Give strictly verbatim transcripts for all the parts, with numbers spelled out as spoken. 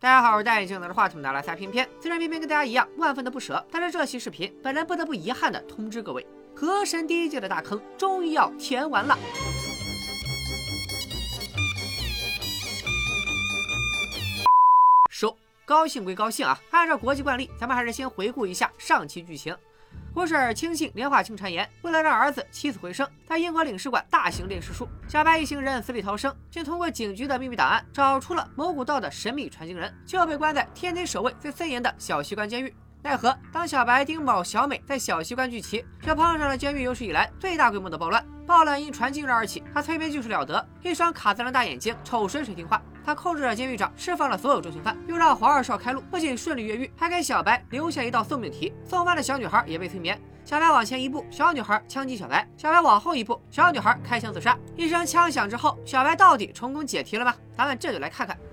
大家好，我是戴眼镜拿着话筒的阿拉撒偏偏。虽然偏偏跟大家一样万分的不舍，但是这期视频本人不得不遗憾的通知各位，河神第一季的大坑终于要填完了。收，高兴归高兴啊，按照国际惯例，咱们还是先回顾一下上期剧情。胡适轻信莲花清谗言，为了让儿子起死回生，在英国领事馆大型练尸术。小白一行人死里逃生，竟通过警局的秘密档案找出了蒙古道的神秘传经人，就被关在天天守卫最森严的小西关监狱。奈何当小白、丁宝、小美在小西关聚齐，却碰上了监狱有史以来最大规模的暴乱。暴乱因传经人而起，他催眠技术了得，一双卡姿兰大眼睛，瞅水水听话。他控制着监狱长，释放了所有重刑犯，又让黄二少开路，不仅顺利越狱，还给小白留下一道送命题。送饭的小女孩也被催眠，小白往前一步，小女孩枪击小白；小白往后一步，小女孩开枪自杀。一声枪响之后，小白到底成功解题了吗？咱们这就来看看。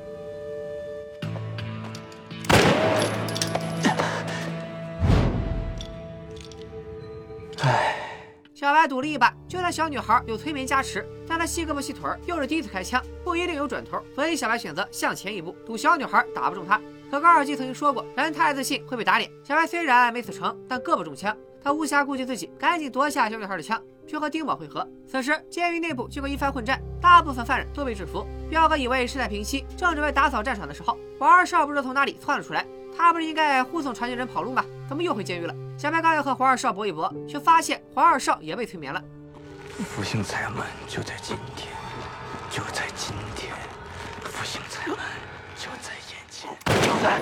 唉。 小白赌了一把，就算小女孩有催眠加持，但她细胳膊细腿，又是第一次开枪，不一定有准头，所以小白选择向前一步，赌小女孩打不中他。可高尔基曾经说过，人太自信会被打脸。小白虽然没死成，但胳膊中枪，他无暇顾及自己，赶紧夺下小女孩的枪，去和丁宝会合。此时监狱内部经过一番混战，大部分犯人都被制服。彪哥以为事态平息，正准备打扫战场的时候，王二少不知道从哪里窜了出来。他不是应该护送传经人跑路吗？怎么又回监狱了？小白刚要和黄二少搏一搏，却发现黄二少也被催眠了。 复兴财门就在今天，就在今天，复兴财门就在眼前。小三，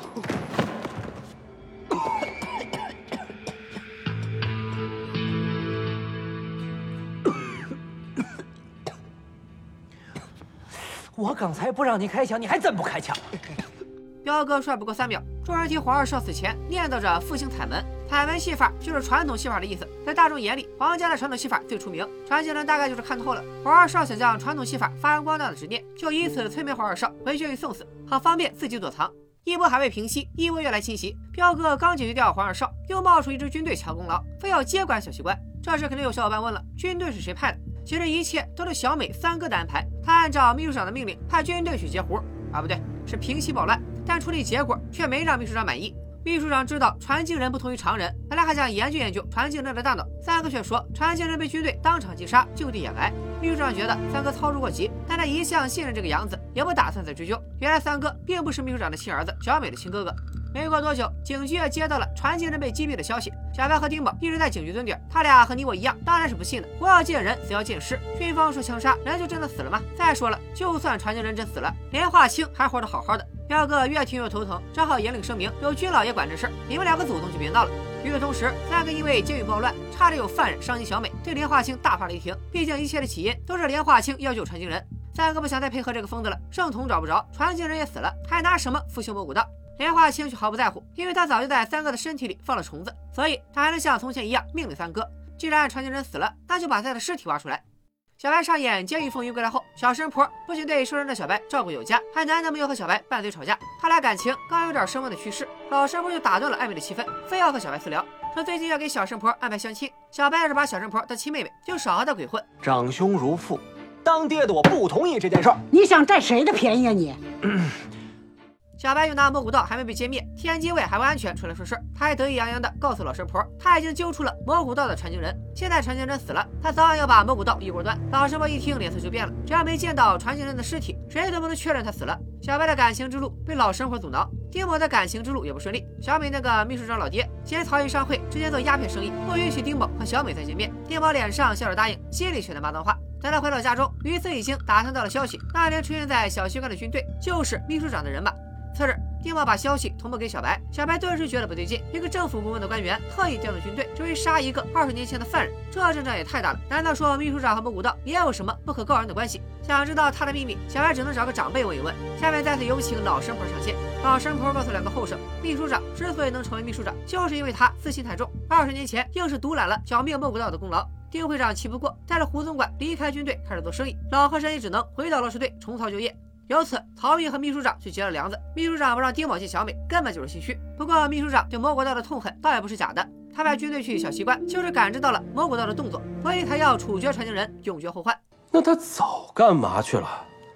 我刚才不让你开枪，你还真不开枪。 彪哥帅不过三秒，众人替黄二少死前念叨着复兴彩门。彩门戏法就是传统戏法的意思，在大众眼里，皇家的传统戏法最出名。传经人大概就是看透了黄二少想将传统戏法发扬光大的执念，就以此催眠黄二少回监狱送死，好方便自己躲藏。一波还未平息，一波又来侵袭。彪哥刚解决掉黄二少，又冒出一支军队抢功劳，非要接管小西关。这时肯定有小伙伴问了，军队是谁派的？其实一切都是小美三哥的安排，他按照秘书长的命令派军队去截胡，啊不对，是平息暴乱。但处理结果却没让秘书长满意。秘书长知道传经人不同于常人，本来还想研究研究传经人的大脑，三哥却说传经人被军队当场击杀，就地掩埋。秘书长觉得三哥操之过急，但他一向信任这个杨子，也不打算再追究。原来三哥并不是秘书长的亲儿子，小美的亲哥哥。没过多久，警局也接到了传经人被击毙的消息。小白和丁宝一直在警局蹲点，他俩和你我一样，当然是不信的。活要见人，死要见尸。军方说枪杀人就真的死了吗？再说了，就算传经人真死了，莲花清还活得好好的。彪哥越听越头疼，只好严令声明，有军老爷管这事儿，你们两个祖宗就别闹了。与此同时，三个因为监狱暴乱，差点有犯人伤及小美，对莲花清大发雷霆。毕竟一切的起因都是莲花清要救传经人，三个不想再配合这个疯子了。圣童找不着，传经人也死了，还拿什么复兴蒙古道？莲花清却毫不在乎，因为他早就在三哥的身体里放了虫子，所以他还能像从前一样命令三哥，既然传经人死了，那就把他的尸体挖出来。小白上演监狱风云归来后，小神婆不仅对收人的小白照顾有加，还难得没有和小白拌嘴吵架。他俩感情刚有点升温的趋势，老神婆就打断了暧昧的气氛，非要和小白私聊，说最近要给小神婆安排相亲。小白要是把小神婆当亲妹妹，就少和他鬼混。 长兄如父，当爹的我不同意这件事儿。 你想占谁的便宜啊你？ 小白又拿蒙古道还没被歼灭，天机卫还不安全出来说事儿，他还得意洋洋地告诉老神婆，他已经揪出了蒙古道的传经人，现在传经人死了，他早晚要把蒙古道一锅端。老神婆一听脸色就变了，只要没见到传经人的尸体，谁都不能确认他死了。小白的感情之路被老神婆阻挠，丁宝的感情之路也不顺利。小美那个秘书长老爹嫌曹营商会之间做鸦片生意，不允许丁宝和小美再见面。丁宝脸上笑着答应，心里却在骂脏话。等他回到家中，于此已经打听到了消息，那边出现在小西关的军队就是秘书长的人马。次日，丁宝把消息同步给小白，小白顿时觉得不对劲。一个政府部门的官员特意调动军队，只为杀一个二十年前的犯人，这阵仗也太大了。难道说秘书长和蒙古道也有什么不可告人的关系？想知道他的秘密，小白只能找个长辈问一问。下面再次有请老神婆上线。老神婆告诉两个后生，秘书长之所以能成为秘书长，就是因为他私心太重，二十年前硬是独揽了剿灭蒙古道的功劳。丁会长气不过，带着胡总管离开军队，开始做生意。老和尚也只能回到罗氏队重操旧业。由此，曹毅和秘书长就结了梁子。秘书长不让丁宝见小美，根本就是心虚。不过，秘书长对蒙古道的痛恨倒也不是假的。他派军队去小西关，就是感知到了蒙古道的动作，所以才要处决传经人，永绝后患。 那他早干嘛去了？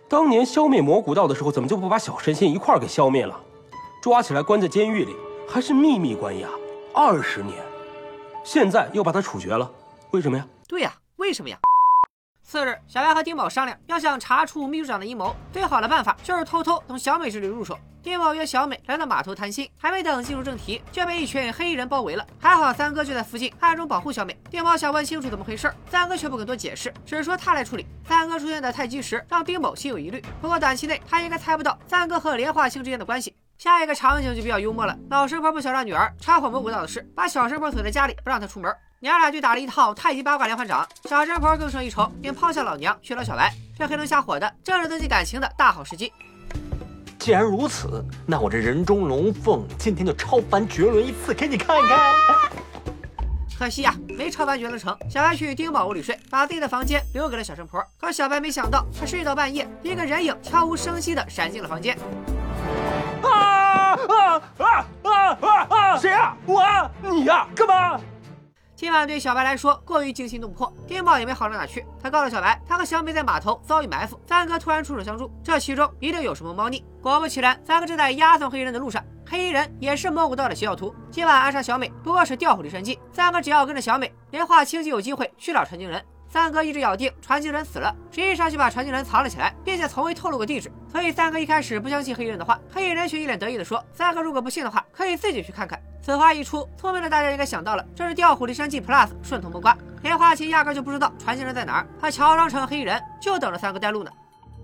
当年消灭魔古道的时候，怎么就不把小神仙一块儿给消灭了？抓起来关在监狱里，还是秘密关押二十年，现在又把他处决了，为什么呀？ 对呀，为什么呀？次日，小白和丁宝商量，要想查出秘书长的阴谋，最好的办法就是偷偷从小美这里入手。丁宝约小美来到码头谈心，还没等进入正题，就被一群黑衣人包围了。还好三哥就在附近，暗中保护小美。丁宝想问清楚怎么回事，三哥却不肯多解释，只说他来处理。三哥出现的太及时，让丁宝心有疑虑。不过短期内他应该猜不到三哥和莲花清之间的关系。下一个场景就比较幽默了，老神婆不想让女儿掺和魔古道的事，把小神婆锁在家里，不让她出门。娘俩就打了一套太极八卦连环掌，小神婆更胜一筹，便抛下老娘去了小白。这黑灯瞎火的，正是增进感情的大好时机。 既然如此，那我这人中龙凤今天就超凡绝伦一次给你看看。 可惜呀、啊，没超凡绝伦成。小白去丁宝屋里睡，把自己的房间留给了小神婆。可小白没想到，他睡到半夜，一个人影悄无声息地闪进了房间。 啊啊啊啊啊啊！谁呀？我啊，你呀？干嘛？ 今晚对小白来说过于惊心动魄，丁宝也没好到哪去。他告诉小白，他和小美在码头遭遇埋伏，三哥突然出手相助，这其中一定有什么猫腻。果不其然，三哥正在押送黑衣人的路上，黑衣人也是魔古道的邪教徒。今晚暗杀小美不过是调虎离山计，三哥只要跟着小美，莲花清就有机会去找传经人。三哥一直咬定传经人死了，实际上就把传经人藏了起来，并且从未透露过地址。所以三哥一开始不相信黑衣人的话，黑衣人却一脸得意地说：“三哥如果不信的话，可以自己去看看。”此话一出，聪明的大家应该想到了，这是调虎离山计 Plus 顺藤摸瓜。莲花清压根就不知道传经人在哪儿，他乔装成黑衣人，就等着三哥带路呢。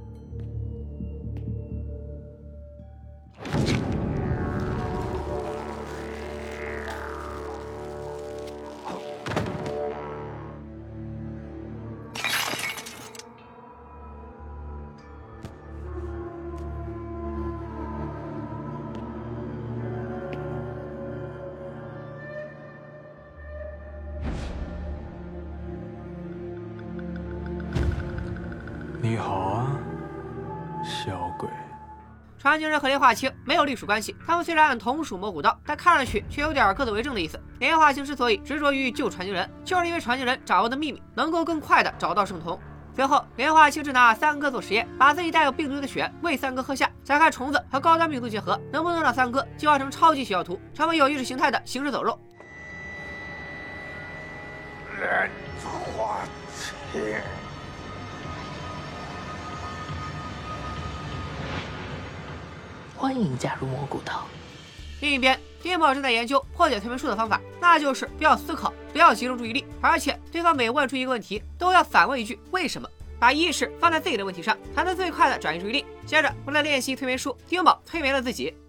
你好啊，小鬼。 传经人和莲花清没有隶属关系，他们虽然同属魔古道，但看上去却有点各自为政的意思。莲花清之所以执着于救传经人，就是因为传经人掌握的秘密能够更快的找到圣童。随后，莲花清只拿三哥做实验，把自己带有病毒的血喂三哥喝下，再看虫子和高端病毒结合，能不能让三哥进化成超级邪教徒，成为有意识形态的行尸走肉。 莲花清。 欢迎加入魔古道。 另一边，丁宝正在研究破解催眠术的方法，那就是不要思考，不要集中注意力，而且对方每问出一个问题，都要反问一句为什么，把意识放在自己的问题上，才能最快的转移注意力。接着，为了练习催眠术，丁宝催眠了自己。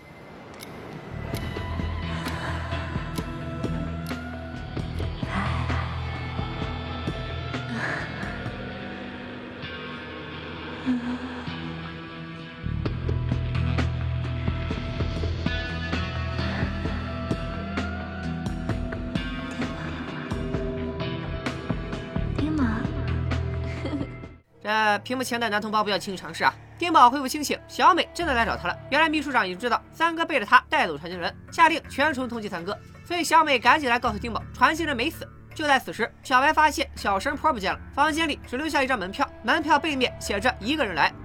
这屏幕前的男同胞不要轻易尝试啊！丁宝恢复清醒，小美真的来找他了。原来秘书长已经知道三哥背着他带走传经人，下令全城通缉三哥，所以小美赶紧来告诉丁宝，传经人没死。就在此时，小白发现小神婆不见了，房间里只留下一张门票，门票背面写着一个人来。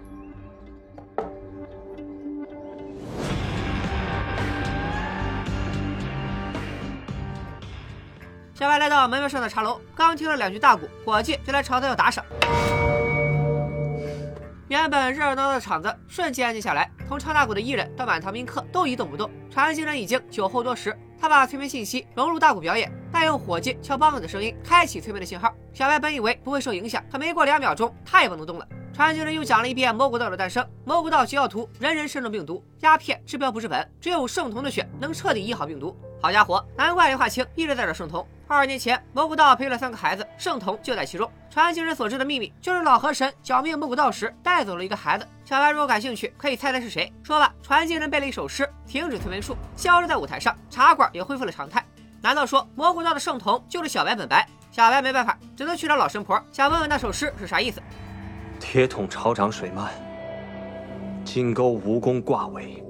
小白来到门面上的茶楼，刚听了两句大鼓，伙计就来朝他要打赏。原本热热闹闹的场子瞬间安静下来，从唱大鼓的艺人到满堂宾客都一动不动。传经人已经酒后多时，他把催眠信息融入大鼓表演，再用伙计敲梆子的声音开启催眠的信号。小白本以为不会受影响，可没过两秒钟，他也不能动了。传经人又讲了一遍魔古道的诞生，魔古道邪教徒人人身中病毒，鸦片治标不治本，只有圣童的血能彻底医好病毒。好家伙，难怪莲花清一直在找圣童。二十年前，魔古道培育了三个孩子，圣童就在其中。传经人所知的秘密，就是老河神剿灭魔古道时带走了一个孩子。小白如果感兴趣，可以猜猜是谁。说吧，传经人背了一首诗，停止催眠术，消失在舞台上，茶馆也恢复了常态。难道说魔古道的圣童就是小白本白？小白没办法，只能去找老神婆，想问问那首诗是啥意思。 铁桶潮涨水漫，金钩蜈蚣挂尾，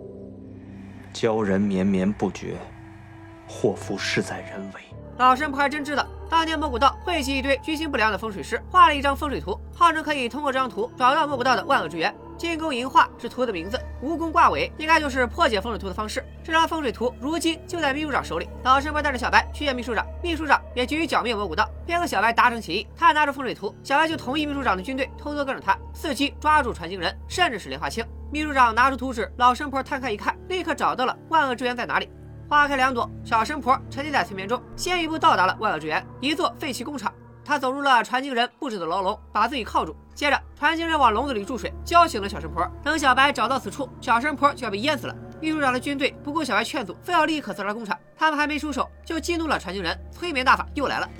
鲛人绵绵不绝，祸福事在人为。 老神婆还真知道当年蘑菇道汇集一堆居心不良的风水师，画了一张风水图，号称可以通过这张图找到蘑菇道的万恶之源。金钩银画是图的名字，蜈蚣挂尾应该就是破解风水图的方式。这张风水图如今就在秘书长手里。老神婆带着小白去见秘书长，秘书长也急于剿灭蘑菇道，便和小白达成协议。他拿着风水图，小白就同意秘书长的军队偷偷跟着他，伺机抓住传经人，甚至是莲花清。秘书长拿出图纸，老神婆摊开一看，立刻找到了万恶之源在哪里。花开两朵，小神婆沉浸在催眠中，先一步到达了万恶之源，一座废弃工厂。他走入了传经人布置的牢笼，把自己铐住。接着，传经人往笼子里注水，浇醒了小神婆。等小白找到此处，小神婆就要被淹死了。秘书长的军队不顾小白劝阻，非要立刻自杀工厂。他们还没出手，就激怒了传经人，催眠大法又来了。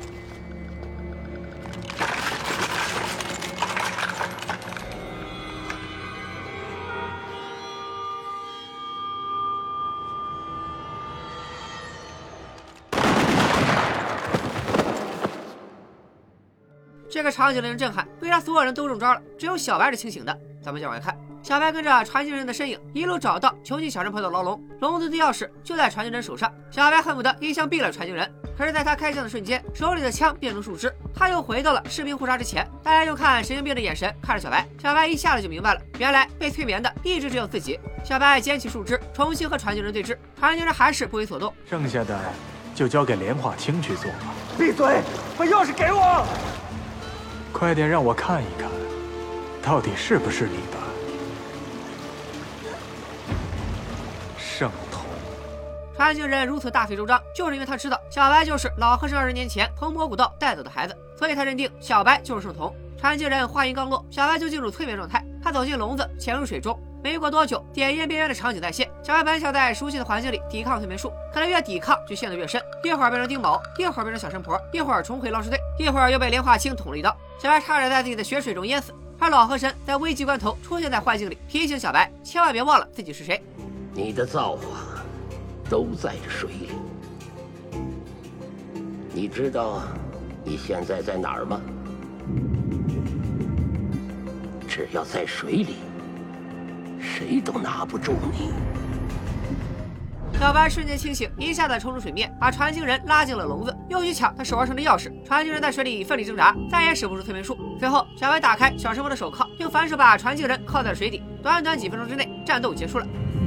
这个场景令人震撼，为啥所有人都中招了，只有小白是清醒的？咱们接着往下看，小白跟着传经人的身影一路找到囚禁小神婆的牢笼，笼子的钥匙就在传经人手上。小白恨不得一枪毙了传经人，可是在他开枪的瞬间，手里的枪变成树枝，他又回到了士兵互杀之前。大家用看神经病的眼神看着小白，小白一下子就明白了，原来被催眠的一直只有自己。小白捡起树枝，重新和传经人对峙，传经人还是不为所动。 剩下的就交给莲花清去做吧。 闭嘴！把钥匙给我！ 快点让我看一看，到底是不是你的圣童。 传经人如此大费周章，就是因为他知道小白就是老和尚二十年前从蘑菇道带走的孩子，所以他认定小白就是圣童。传经人话音刚落，小白就进入催眠状态，他走进笼子，潜入水中。没过多久，点烟边缘的场景再现。小白本想在熟悉的环境里抵抗催眠术，可他越抵抗就陷得越深，一会儿变成丁某，一会儿变成小神婆，一会儿重回捞尸队，一会儿又被莲花清捅了一刀。小白差点在自己的血水中淹死，而老和神在危急关头出现在幻境里，提醒小白千万别忘了自己是谁。 你的造化都在这水里，你知道你现在在哪儿吗？只要在水里，谁都拿不住你。 小白瞬间清醒，一下子冲出水面，把传经人拉进了笼子，又去抢他手腕上的钥匙。传经人在水里奋力挣扎，再也使不出催眠术。随后，小白打开小神婆的手铐，并反手把传经人铐在了水底。短短几分钟之内，战斗结束了。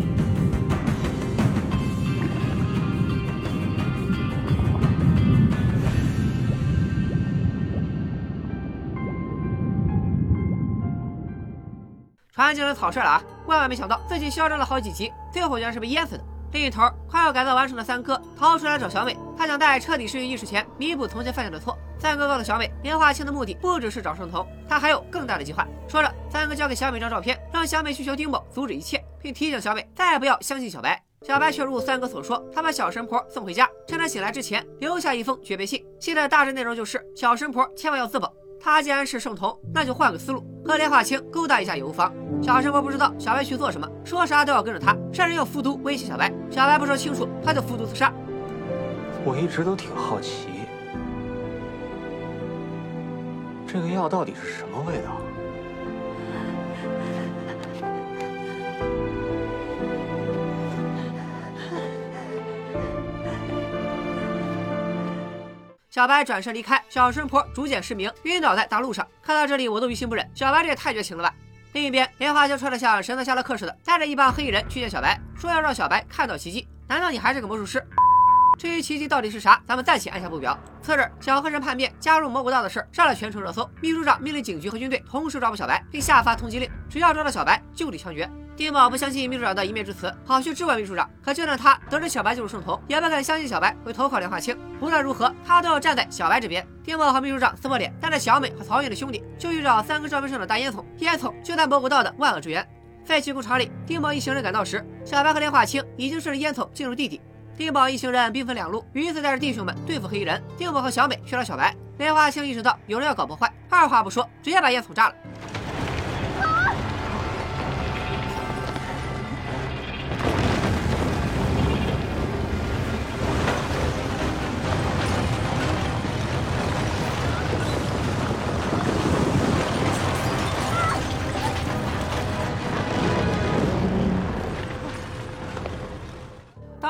传经人草率了啊！万万没想到自己嚣张了好几集，最后竟然是被淹死的。另一头，快要改造完成的三哥逃出来找小美，他想在彻底失去意识前弥补从前犯下的错。三哥告诉小美，莲花清的目的不只是找圣童，他还有更大的计划。说着，三哥交给小美张照片，让小美去求丁某阻止一切，并提醒小美再也不要相信小白。小白却如三哥所说，他把小神婆送回家，趁他醒来之前留下一封诀别信。信的大致内容就是小神婆千万要自保，他既然是圣童，那就换个思路，和莲花清勾搭一下也无妨。小神婆不知道小白去做什么，说啥都要跟着他，甚至用服毒威胁小白。小白不说清楚，他就服毒自杀。 我一直都挺好奇，这个药到底是什么味道？ 小白转身离开，小神婆逐渐失明，晕倒在大路上。看到这里，我都于心不忍。小白这也太绝情了吧！另一边，莲花清穿得像神探夏洛克似的，带着一帮黑衣人去见小白，说要让小白看到奇迹。难道你还是个魔术师？至于奇迹到底是啥，咱们暂且按下不表。次日，小和尚叛变加入蘑菇道的事上了全城热搜。秘书长命令警局和军队同时抓捕小白，并下发通缉令，只要抓到小白，就地枪决。丁宝不相信秘书长的一面之词，跑去质问秘书长。可就算他得知小白就是圣童，也不敢相信小白会投靠莲花清。无论如何，他都要站在小白这边。丁宝和秘书长撕破脸，带着小美和曹云的兄弟，就去找三个照片上的大烟囱。烟囱就在蘑菇道的万恶之源。废弃工厂里，丁宝一行人赶到时，小白和莲花清已经顺着烟囱进入地底。丁宝一行人兵分两路，鱼子带着弟兄们对付黑衣人，丁宝和小美去找小白。莲花清意识到有人要搞破坏，二话不说，直接把烟囱炸了。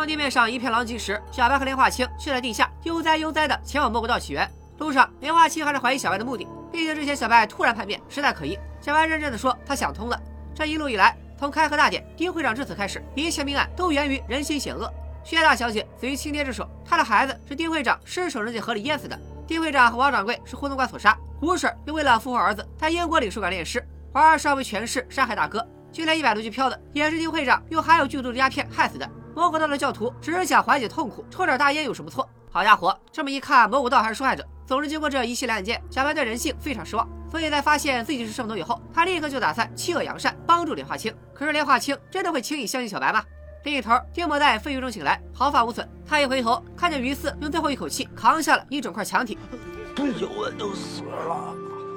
当地面上一片狼藉时，小白和莲花清却在地下悠哉悠哉的前往蘑菇道起源。路上，莲花清还是怀疑小白的目的，毕竟之前小白突然叛变，实在可疑。小白认真的说，他想通了。这一路以来，从开河大典、丁会长至此开始，一切命案都源于人心险恶。薛大小姐死于亲爹之手，她的孩子是丁会长失手扔进河里淹死的。丁会长和王掌柜是胡总管所杀，胡婶又为了复活儿子，在英国领事馆炼尸。皇二少为权势杀害大哥，就连一百多具飘的也是丁会长用含有剧毒的鸦片害死的。蘑菇道的教徒只是想缓解痛苦，抽点大烟有什么错？好家伙，这么一看，蘑菇道还是受害者。总之，经过这一系列案件，小白对人性非常失望，所以在发现自己是圣徒以后，他立刻就打算弃恶扬善，帮助莲花清。可是莲花清真的会轻易相信小白吗？另一头，丁某在废墟中醒来，毫发无损。他一回头，看见于四用最后一口气扛下了一整块墙体。 不久我就死了，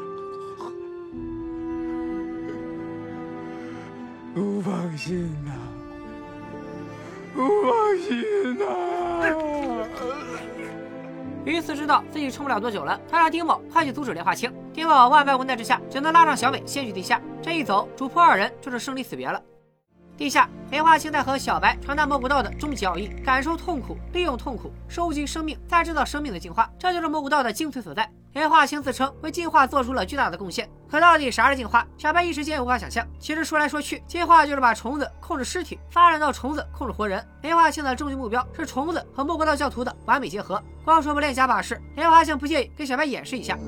不放心呐、啊，不放心呐、啊。 于四知道自己撑不了多久了，他让丁某快去阻止莲花清。丁某万般无奈之下，只能拉上小美先去地下。这一走，主仆二人就是生离死别了。地下，莲花清在和小白传达蘑菇道的终极奥义：感受痛苦，利用痛苦，收集生命，再制造生命的进化。这就是蘑菇道的精髓所在。莲花清自称为进化做出了巨大的贡献，可到底啥是进化？小白一时间无法想象。其实说来说去，进化就是把虫子控制尸体，发展到虫子控制活人。莲花清的终极目标是虫子和蘑菇道教徒的完美结合。光说不练假把式，莲花清不介意给小白演示一下。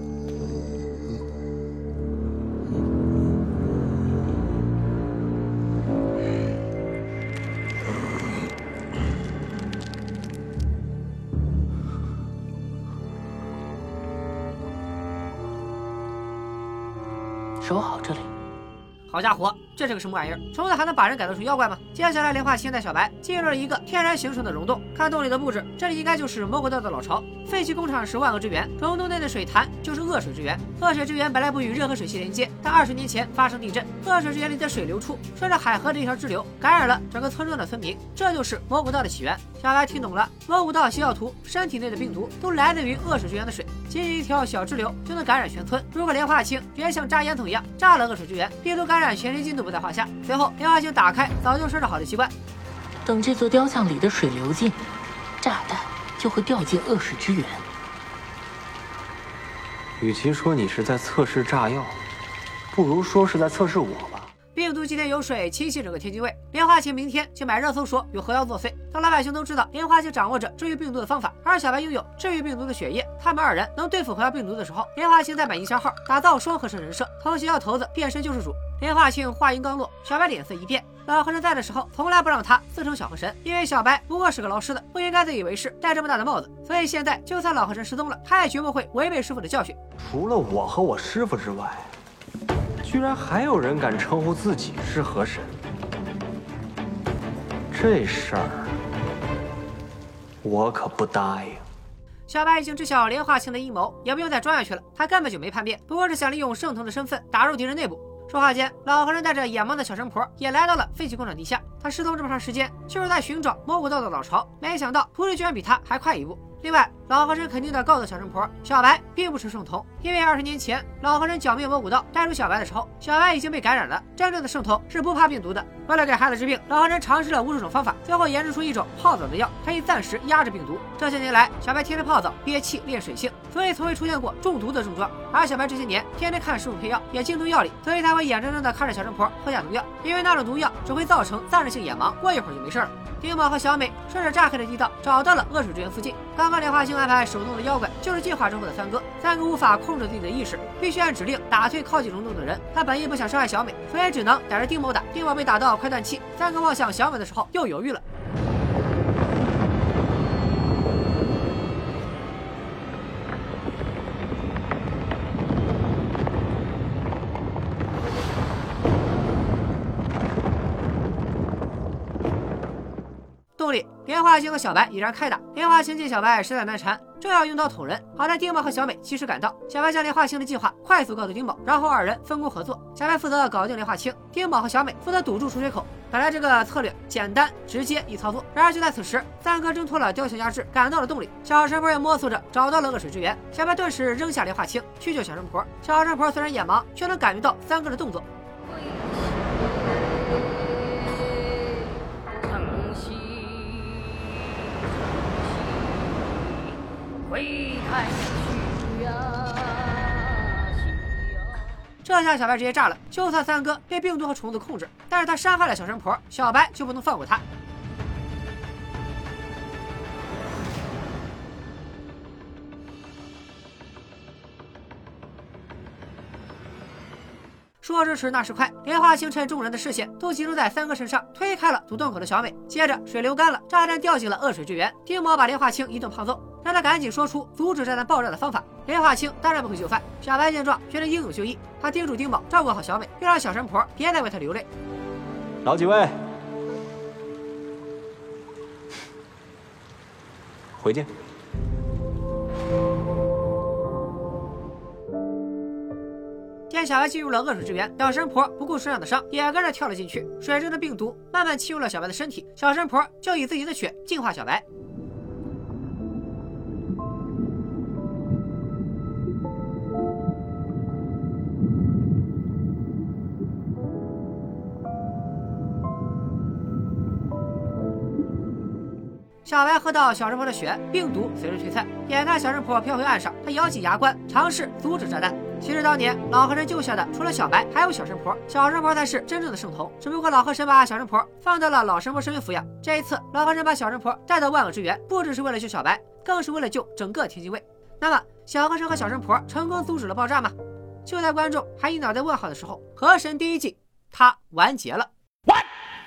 守好这里。 好家伙，这是个什么玩意儿？虫子还能把人改造成妖怪吗？接下来，莲花清带小白进入了一个天然形成的溶洞。看洞里的布置，这里应该就是蘑菇道的老巢。废弃工厂是万恶之源，溶洞内的水潭就是恶水之源。恶水之源本来不与任何水系连接，但二十年前发生地震，恶水之源里的水流出，顺着海河这条支流感染了整个村庄的村民，这就是蘑菇道的起源。小白听懂了，蘑菇道邪教徒身体内的病毒都来自于恶水之源的水，仅仅一条小支流就能感染全村。如果莲花清原像炸烟筒一样炸了恶水之源，病毒感染全身心都不在话下。随后，莲花清打开早就设置好的机关， 等这座雕像里的水流尽，炸弹就会掉进恶水之源。 与其说你是在测试炸药，不如说是在测试我吧。 病毒今天有水侵袭整个天津卫，莲花清明天就买热搜说有核药作祟。当老百姓都知道莲花清掌握着治愈病毒的方法，而小白拥有治愈病毒的血液，他们二人能对付核药病毒的时候，莲花清在买营销号，打造双核神人设，从邪教头子变身救世主。莲花清话音刚落，小白脸色一变。老和尚在的时候，从来不让他自称小和神，因为小白不过是个捞尸的，不应该自以为是，戴这么大的帽子。所以现在，就算老和尚失踪了，他也绝不会违背师傅的教训。 除了我和我师傅之外，居然还有人敢称呼自己是河神，这事儿我可不答应。 小白已经知晓莲花清的阴谋，也不用再装下去了，他根本就没叛变，不过是想利用圣童的身份打入敌人内部。说话间，老和尚带着眼盲的小神婆也来到了废弃工厂地下。他失踪这么长时间，就是在寻找蘑菇道的老巢，没想到徒弟居然比他还快一步。另外，老和尚肯定的告诉小神婆，小白并不是圣童，因为二十年前老和尚剿灭蘑菇道带入小白的时候，小白已经被感染了。真正的圣童是不怕病毒的。为了给孩子治病，老和尚尝试了无数种方法，最后研制出一种泡澡的药，可以暂时压制病毒。这些年来，小白天天泡澡、憋气、练水性，所以从未出现过中毒的症状。而小白这些年天天看师傅配药，也精通药理，所以才会眼睁睁地看着小神婆喝下毒药，因为那种毒药只会造成暂时性眼盲，过一会儿就没事了。丁某和小美顺着炸开的地道找到了恶水之源附近。刚刚莲花清安排手动的妖怪就是进化之后的三哥，三哥无法控制自己的意识，必须按指令打退靠近溶洞的人。他本意不想伤害小美，所以只能逮着丁某打。丁某被打到快断气，三哥望向小美的时候又犹豫了。洞里，莲花清和小白已然开打。莲花清见小白实在难缠，正要用刀捅人，好在丁某和小美及时赶到。小白将莲花清的计划快速告诉丁某，然后二人分工合作。小白负责搞定莲花清，丁某和小美负责堵住出水口。本来这个策略简单直接易操作，然而就在此时，三哥挣脱了雕像压制，赶到了洞里。小神婆也摸索着找到了恶水之源。小白顿时扔下莲花清去救小神婆。小神婆虽然眼盲，却能感觉到三哥的动作。 这下小白直接炸了，就算三哥被病毒和虫子控制，但是他伤害了小神婆，小白就不能放过他。说时迟，那时快，莲花清趁众人的视线都集中在三哥身上，推开了堵洞口的小美。接着水流干了，炸弹掉进了恶水之源。丁某把莲花清一顿胖揍，让他赶紧说出阻止炸弹爆炸的方法。莲花清当然不会就范。小白见状，觉得英勇就义，他叮嘱丁某照顾好小美，又让小神婆别再为他流泪。 老几位，回见。 见小白进入了恶水之源，小神婆不顾身上的伤，也跟着跳了进去。水中的病毒慢慢侵入了小白的身体，小神婆就以自己的血净化小白。小白喝到小神婆的血，病毒随之退散。眼看小神婆飘回岸上，他咬紧牙关，尝试阻止炸弹。其实当年老河神救下的除了小白，还有小神婆。小神婆才是真正的圣童，只不过老河神把小神婆放到了老神婆身边抚养。这一次，老河神把小神婆带到万恶之源，不只是为了救小白，更是为了救整个天津卫。那么，小河神和小神婆成功阻止了爆炸吗？就在观众还一脑袋问号的时候，河神第一季它完结了。What?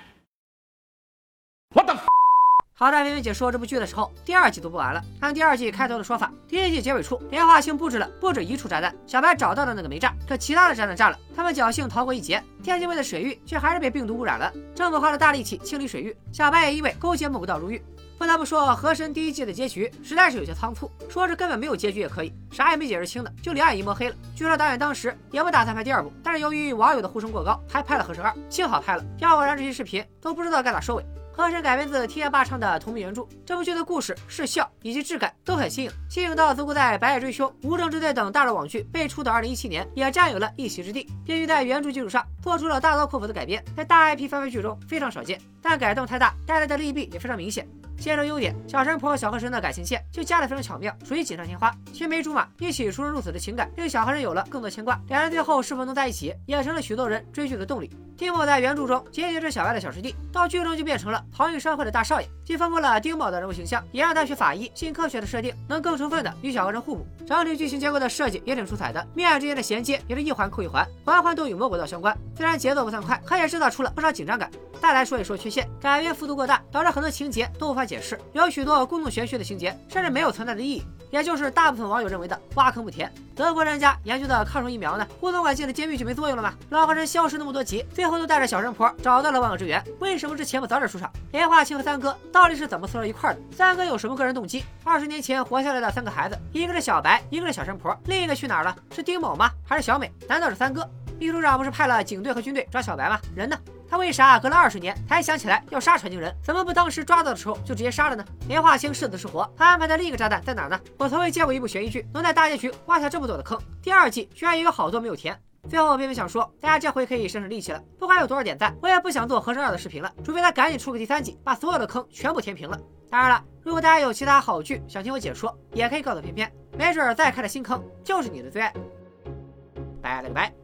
What the？好在微微解说这部剧的时候，第二季都播完了。按第二季开头的说法，第一季结尾处，莲花清布置了不止一处炸弹，小白找到了那个没炸，可其他的炸弹炸了，他们侥幸逃过一劫。天津卫的水域却还是被病毒污染了，政府花了大力气清理水域，小白也因为勾结孟古道入狱。不得不说，河神第一季的结局实在是有些仓促，说是根本没有结局也可以，啥也没解释清的，就连案一摸黑了。据说导演当时也不打算拍第二部，但是由于网友的呼声过高，还拍了河神二，幸好拍了，要不然这些视频都不知道该咋收尾。河神改编自天野霸唱的同名原著，这部剧的故事、视效以及质感都很新颖，新颖到足够在《白夜追凶》《无证之罪》等大热网剧辈出的二零一七年也占有了一席之地。编剧在原著基础上做出了大刀阔斧的改编，在大 I P 翻拍剧中非常少见，但改动太大，带来的利弊也非常明显。先说优点，小神婆和小河神的感情线就加得非常巧妙，属于锦上添花。青梅竹马一起出生入死的情感，令小河神有了更多牵挂。两人最后是否能在一起，也成了许多人追剧的动力。丁某在原著中结局是小白的小师弟，到剧中就变成了唐玉商会的大少爷，既丰富了丁某的人物形象，也让他学法医、新科学的设定能更充分的与小河神互补。整体剧情结构的设计也挺出彩的，命案之间的衔接也是一环扣一环，环环都与魔鬼道相关。虽然节奏不算快，可也制造出了不少紧张感。再来说一说缺陷，改编幅度过大，导致很多情节都无法解释，有许多故弄玄虚的情节，甚至没有存在的意义，也就是大部分网友认为的挖坑不填。德国专家研究的抗虫疫苗呢，胡总管进了监狱就没作用了吗？老河神消失那么多集，最后都带着小神婆找到了万恶之源，为什么之前不早点出场？莲花清和三哥到底是怎么凑到一块的？三哥有什么个人动机？二十年前活下来的三个孩子，一个是小白，一个是小神婆，另一个去哪儿了？是丁某吗？还是小美？难道是三哥？秘书长不是派了警队和军队找小白吗？人呢？他为啥隔了二十年才想起来要杀传经人？怎么不当时抓到的时候就直接杀了呢？莲花清是死是活？他安排的另一个炸弹在哪儿呢？我从未见过一部悬疑剧能在大结局挖下这么多的坑，第二季居然也有好多没有填。最后，偏偏想说，大家这回可以省省力气了，不管有多少点赞，我也不想做河神二的视频了，除非他赶紧出个第三季，把所有的坑全部填平了。当然了，如果大家有其他好剧想听我解说，也可以告诉偏偏，没准再开的新坑就是你的最爱。拜了个拜。